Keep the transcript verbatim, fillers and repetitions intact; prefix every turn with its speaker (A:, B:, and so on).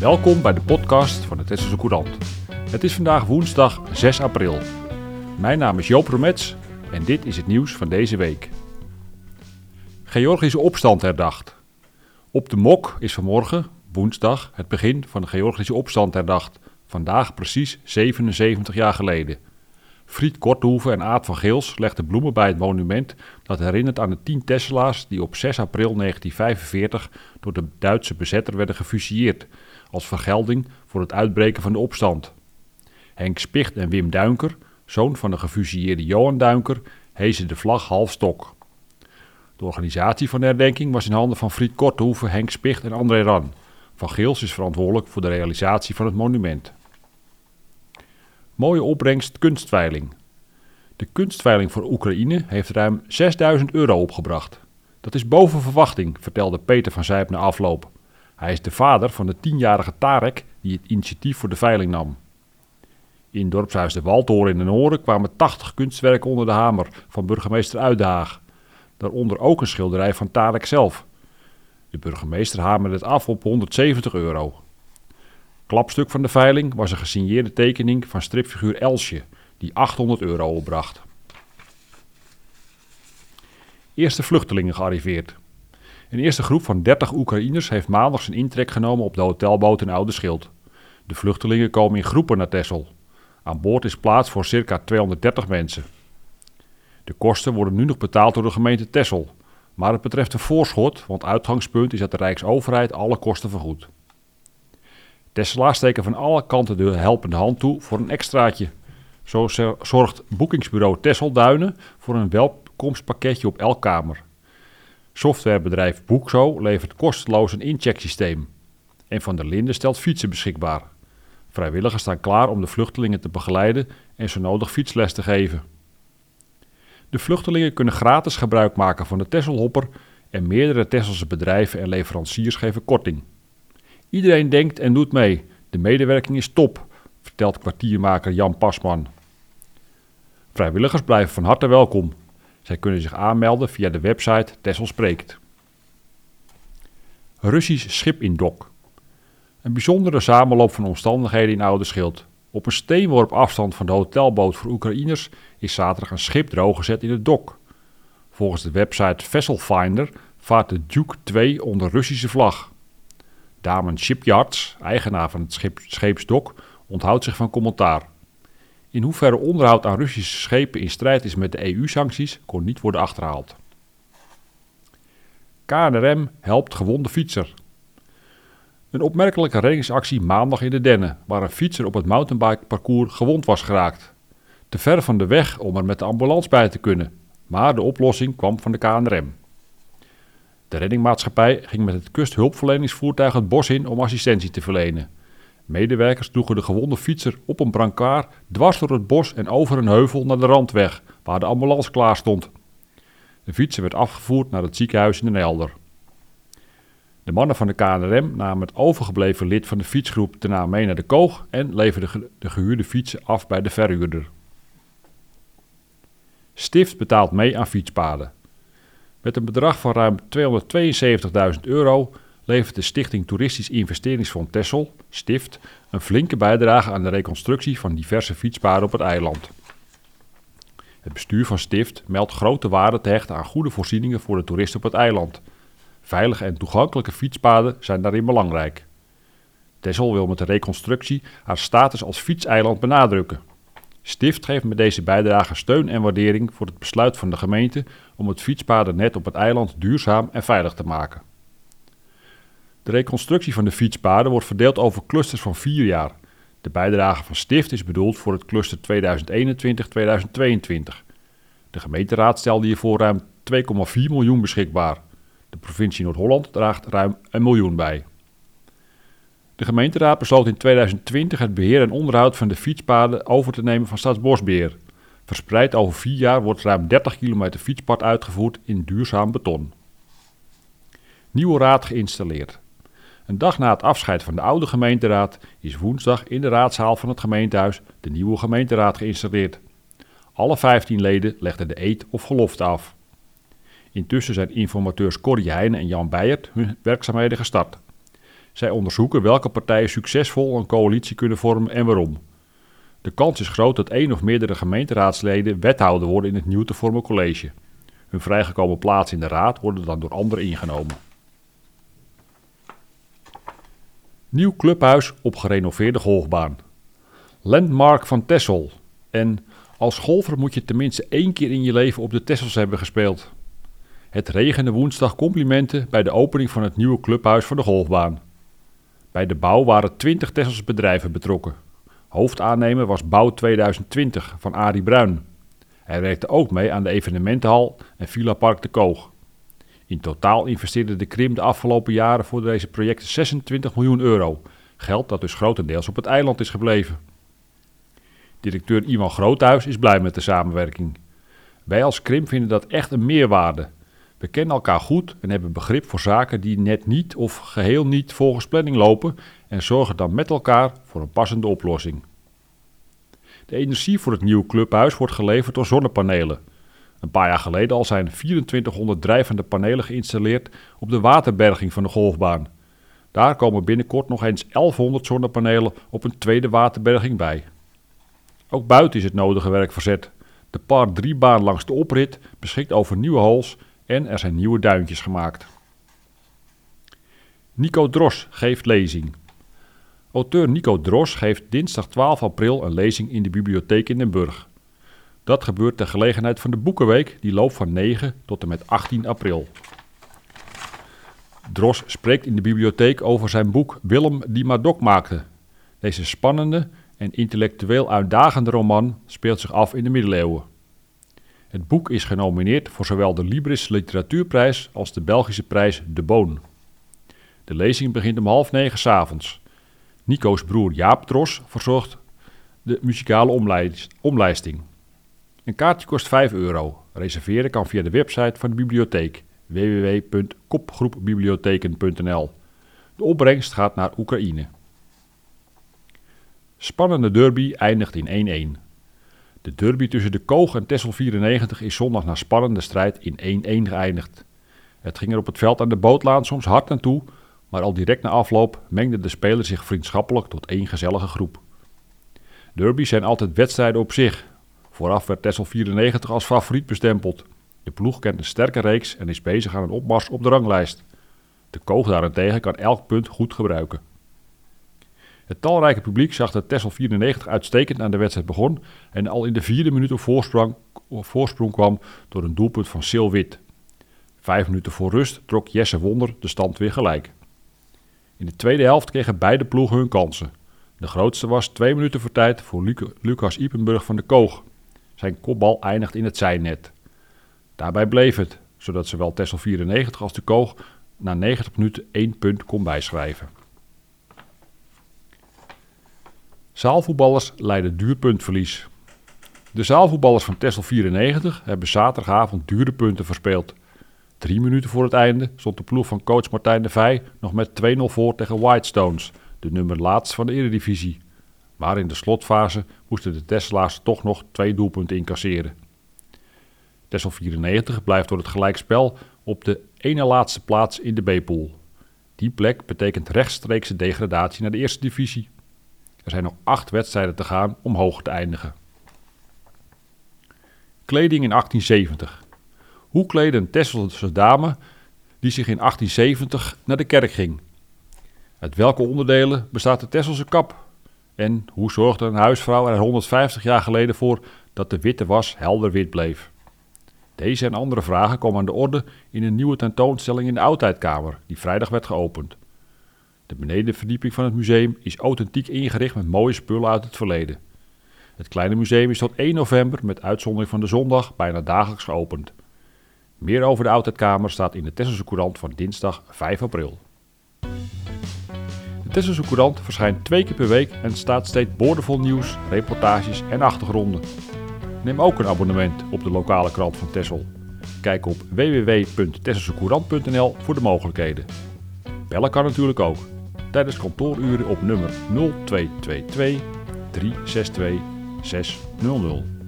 A: Welkom bij de podcast van de Texelse Courant. Het is vandaag woensdag zes april. Mijn naam is Joop Romets en dit is het nieuws van deze week. Georgische opstand herdacht. Op de Mok is vanmorgen, woensdag, het begin van de Georgische opstand herdacht. Vandaag precies zevenenzeventig jaar geleden. Fried Korthoeven en Aad van Geels legden bloemen bij het monument dat herinnert aan de tien Tesselaars die op zes april negentien vijfenveertig door de Duitse bezetter werden gefusilleerd als vergelding voor het uitbreken van de opstand. Henk Spicht en Wim Duinker, zoon van de gefusilleerde Johan Duinker, hezen de vlag half stok. De organisatie van de herdenking was in handen van Fried Korthoeven, Henk Spicht en André Ran. Van Geels is verantwoordelijk voor de realisatie van het monument. Mooie opbrengst kunstveiling. De kunstveiling voor Oekraïne heeft ruim zesduizend euro opgebracht. Dat is boven verwachting, vertelde Peter van Zijp na afloop. Hij is de vader van de tienjarige Tarek die het initiatief voor de veiling nam. In dorpshuis de Waldhoren in Den Horen kwamen tachtig kunstwerken onder de hamer van burgemeester Uitdaag. Daaronder ook een schilderij van Tarek zelf. De burgemeester hamerde het af op honderdzeventig euro. Klapstuk van de veiling was een gesigneerde tekening van stripfiguur Elsje, die achthonderd euro opbracht. Eerste vluchtelingen gearriveerd. Een eerste groep van dertig Oekraïners heeft maandag zijn intrek genomen op de hotelboot in Oudeschip. De vluchtelingen komen in groepen naar Texel. Aan boord is plaats voor circa tweehonderddertig mensen. De kosten worden nu nog betaald door de gemeente Texel. Maar het betreft een voorschot, want uitgangspunt is dat de Rijksoverheid alle kosten vergoedt. Tesselaars steken van alle kanten de helpende hand toe voor een extraatje. Zo zorgt boekingsbureau Texel Duinen voor een welkomstpakketje op elke kamer. Softwarebedrijf Boekzo levert kosteloos een inchecksysteem. En Van der Linden stelt fietsen beschikbaar. Vrijwilligers staan klaar om de vluchtelingen te begeleiden en zo nodig fietsles te geven. De vluchtelingen kunnen gratis gebruik maken van de Tesselhopper en meerdere Tesselse bedrijven en leveranciers geven korting. Iedereen denkt en doet mee. De medewerking is top, vertelt kwartiermaker Jan Pasman. Vrijwilligers blijven van harte welkom. Zij kunnen zich aanmelden via de website Texel Spreekt. Russisch schip in dok. Een bijzondere samenloop van omstandigheden in Oudeschip. Op een steenworp afstand van de hotelboot voor Oekraïners is zaterdag een schip droog-gezet in het dok. Volgens de website Vesselfinder vaart de Duke twee onder Russische vlag. Damen Shipyards, eigenaar van het schip, scheepsdok, onthoudt zich van commentaar. In hoeverre onderhoud aan Russische schepen in strijd is met de E U-sancties, kon niet worden achterhaald. K N R M helpt gewonde fietser. Een opmerkelijke reddingsactie maandag in de Dennen, waar een fietser op het mountainbikeparcours gewond was geraakt. Te ver van de weg om er met de ambulance bij te kunnen, maar de oplossing kwam van de K N R M. De reddingmaatschappij ging met het kusthulpverleningsvoertuig het bos in om assistentie te verlenen. Medewerkers droegen de gewonde fietser op een brancard dwars door het bos en over een heuvel naar de randweg, waar de ambulance klaar stond. De fietser werd afgevoerd naar het ziekenhuis in Den Helder. De mannen van de K N R M namen het overgebleven lid van de fietsgroep daarna mee naar de Koog en leverden de gehuurde fietsen af bij de verhuurder. Stift betaalt mee aan fietspaden. Met een bedrag van ruim tweehonderdtweeënzeventigduizend euro levert de Stichting Toeristisch Investeringsfonds Texel, Stift, een flinke bijdrage aan de reconstructie van diverse fietspaden op het eiland. Het bestuur van Stift meldt grote waarde te hechten aan goede voorzieningen voor de toeristen op het eiland. Veilige en toegankelijke fietspaden zijn daarin belangrijk. Texel wil met de reconstructie haar status als fietseiland benadrukken. Stift geeft met deze bijdrage steun en waardering voor het besluit van de gemeente om het fietspadennet op het eiland duurzaam en veilig te maken. De reconstructie van de fietspaden wordt verdeeld over clusters van vier jaar. De bijdrage van Stift is bedoeld voor het cluster tweeduizend eenentwintig tot tweeduizend tweeëntwintig. De gemeenteraad stelde hiervoor ruim twee komma vier miljoen beschikbaar. De provincie Noord-Holland draagt ruim een miljoen bij. De gemeenteraad besloot in tweeduizend twintig het beheer en onderhoud van de fietspaden over te nemen van Staatsbosbeheer. Verspreid over vier jaar wordt ruim dertig kilometer fietspad uitgevoerd in duurzaam beton. Nieuwe raad geïnstalleerd. Een dag na het afscheid van de oude gemeenteraad is woensdag in de raadzaal van het gemeentehuis de nieuwe gemeenteraad geïnstalleerd. Alle vijftien leden legden de eed of gelofte af. Intussen zijn informateurs Corrie Heijnen en Jan Beijert hun werkzaamheden gestart. Zij onderzoeken welke partijen succesvol een coalitie kunnen vormen en waarom. De kans is groot dat één of meerdere gemeenteraadsleden wethouder worden in het nieuw te vormen college. Hun vrijgekomen plaatsen in de raad worden dan door anderen ingenomen. Nieuw clubhuis op gerenoveerde golfbaan. Landmark van Texel. En als golfer moet je tenminste één keer in je leven op de Texels hebben gespeeld. Het regende woensdag complimenten bij de opening van het nieuwe clubhuis van de golfbaan. Bij de bouw waren twintig Texelse bedrijven betrokken. Hoofdaannemer was Bouw tweeduizend twintig van Arie Bruin. Hij werkte ook mee aan de evenementenhal en Villapark de Koog. In totaal investeerde de Krim de afgelopen jaren voor deze projecten zesentwintig miljoen euro. Geld dat dus grotendeels op het eiland is gebleven. Directeur Iwan Groothuis is blij met de samenwerking. Wij als Krim vinden dat echt een meerwaarde. We kennen elkaar goed en hebben begrip voor zaken die net niet of geheel niet volgens planning lopen en zorgen dan met elkaar voor een passende oplossing. De energie voor het nieuwe clubhuis wordt geleverd door zonnepanelen. Een paar jaar geleden al zijn vierentwintighonderd drijvende panelen geïnstalleerd op de waterberging van de golfbaan. Daar komen binnenkort nog eens elfhonderd zonnepanelen op een tweede waterberging bij. Ook buiten is het nodige werk verzet. De par drie baan langs de oprit beschikt over nieuwe holes en er zijn nieuwe duintjes gemaakt. Nico Dros geeft lezing. Auteur Nico Dros geeft dinsdag twaalf april een lezing in de bibliotheek in Den Burg. Dat gebeurt ter gelegenheid van de Boekenweek, die loopt van negen tot en met achttien april. Dros spreekt in de bibliotheek over zijn boek Willem die Madoc maakte. Deze spannende en intellectueel uitdagende roman speelt zich af in de middeleeuwen. Het boek is genomineerd voor zowel de Libris Literatuurprijs als de Belgische prijs De Boon. De lezing begint om half negen 's avonds. Nico's broer Jaap Dros verzorgt de muzikale omlijst- omlijsting. Een kaartje kost vijf euro. Reserveren kan via de website van de bibliotheek w w w punt kopgroepbibliotheken punt n l. De opbrengst gaat naar Oekraïne. Spannende derby eindigt in één-één. De derby tussen de Koog en Texel vierennegentig is zondag na spannende strijd in één-één geëindigd. Het ging er op het veld aan de Bootlaan soms hard aan toe, maar al direct na afloop mengden de spelers zich vriendschappelijk tot één gezellige groep. Derby's zijn altijd wedstrijden op zich. Vooraf werd Texel vierennegentig als favoriet bestempeld. De ploeg kent een sterke reeks en is bezig aan een opmars op de ranglijst. De Koog daarentegen kan elk punt goed gebruiken. Het talrijke publiek zag dat Texel vierennegentig uitstekend aan de wedstrijd begon en al in de vierde minuut op voorsprong, op voorsprong kwam door een doelpunt van Sil Wit. Vijf minuten voor rust trok Jesse Wonder de stand weer gelijk. In de tweede helft kregen beide ploegen hun kansen. De grootste was twee minuten voor tijd voor Luc- Lucas Ipenburg van de Koog. Zijn kopbal eindigt in het zijnet. Daarbij bleef het, zodat zowel Texel vierennegentig als de Koog na negentig minuten één punt kon bijschrijven. Zaalvoetballers lijden duur puntverlies. De zaalvoetballers van Texel vierennegentig hebben zaterdagavond dure punten verspeeld. Drie minuten voor het einde stond de ploeg van coach Martijn de Vij nog met twee nul voor tegen Whitestones, de nummer laatst van de Eredivisie. Maar in de slotfase moesten de Tesselaars toch nog twee doelpunten incasseren. Texel vierennegentig blijft door het gelijkspel op de ene laatste plaats in de B-pool. Die plek betekent rechtstreekse degradatie naar de eerste divisie. Er zijn nog acht wedstrijden te gaan om hoger te eindigen. Kleding in achttien zeventig. Hoe kleedde een Tesselse dame die zich in achttien zeventig naar de kerk ging? Uit welke onderdelen bestaat de Tesselse kap? En hoe zorgde een huisvrouw er honderdvijftig jaar geleden voor dat de witte was helder wit bleef? Deze en andere vragen komen aan de orde in een nieuwe tentoonstelling in de Oudheidkamer, die vrijdag werd geopend. De benedenverdieping van het museum is authentiek ingericht met mooie spullen uit het verleden. Het kleine museum is tot één november, met uitzondering van de zondag, bijna dagelijks geopend. Meer over de Oudheidkamer staat in de Tesselse Courant van dinsdag vijf april. De Tesselse Courant verschijnt twee keer per week en staat steeds boordevol nieuws, reportages en achtergronden. Neem ook een abonnement op de lokale krant van Texel. Kijk op w w w punt tesselsecourant punt n l voor de mogelijkheden. Bellen kan natuurlijk ook. Tijdens kantooruren op nummer nul twee twee twee, drie zes twee, zes nul nul.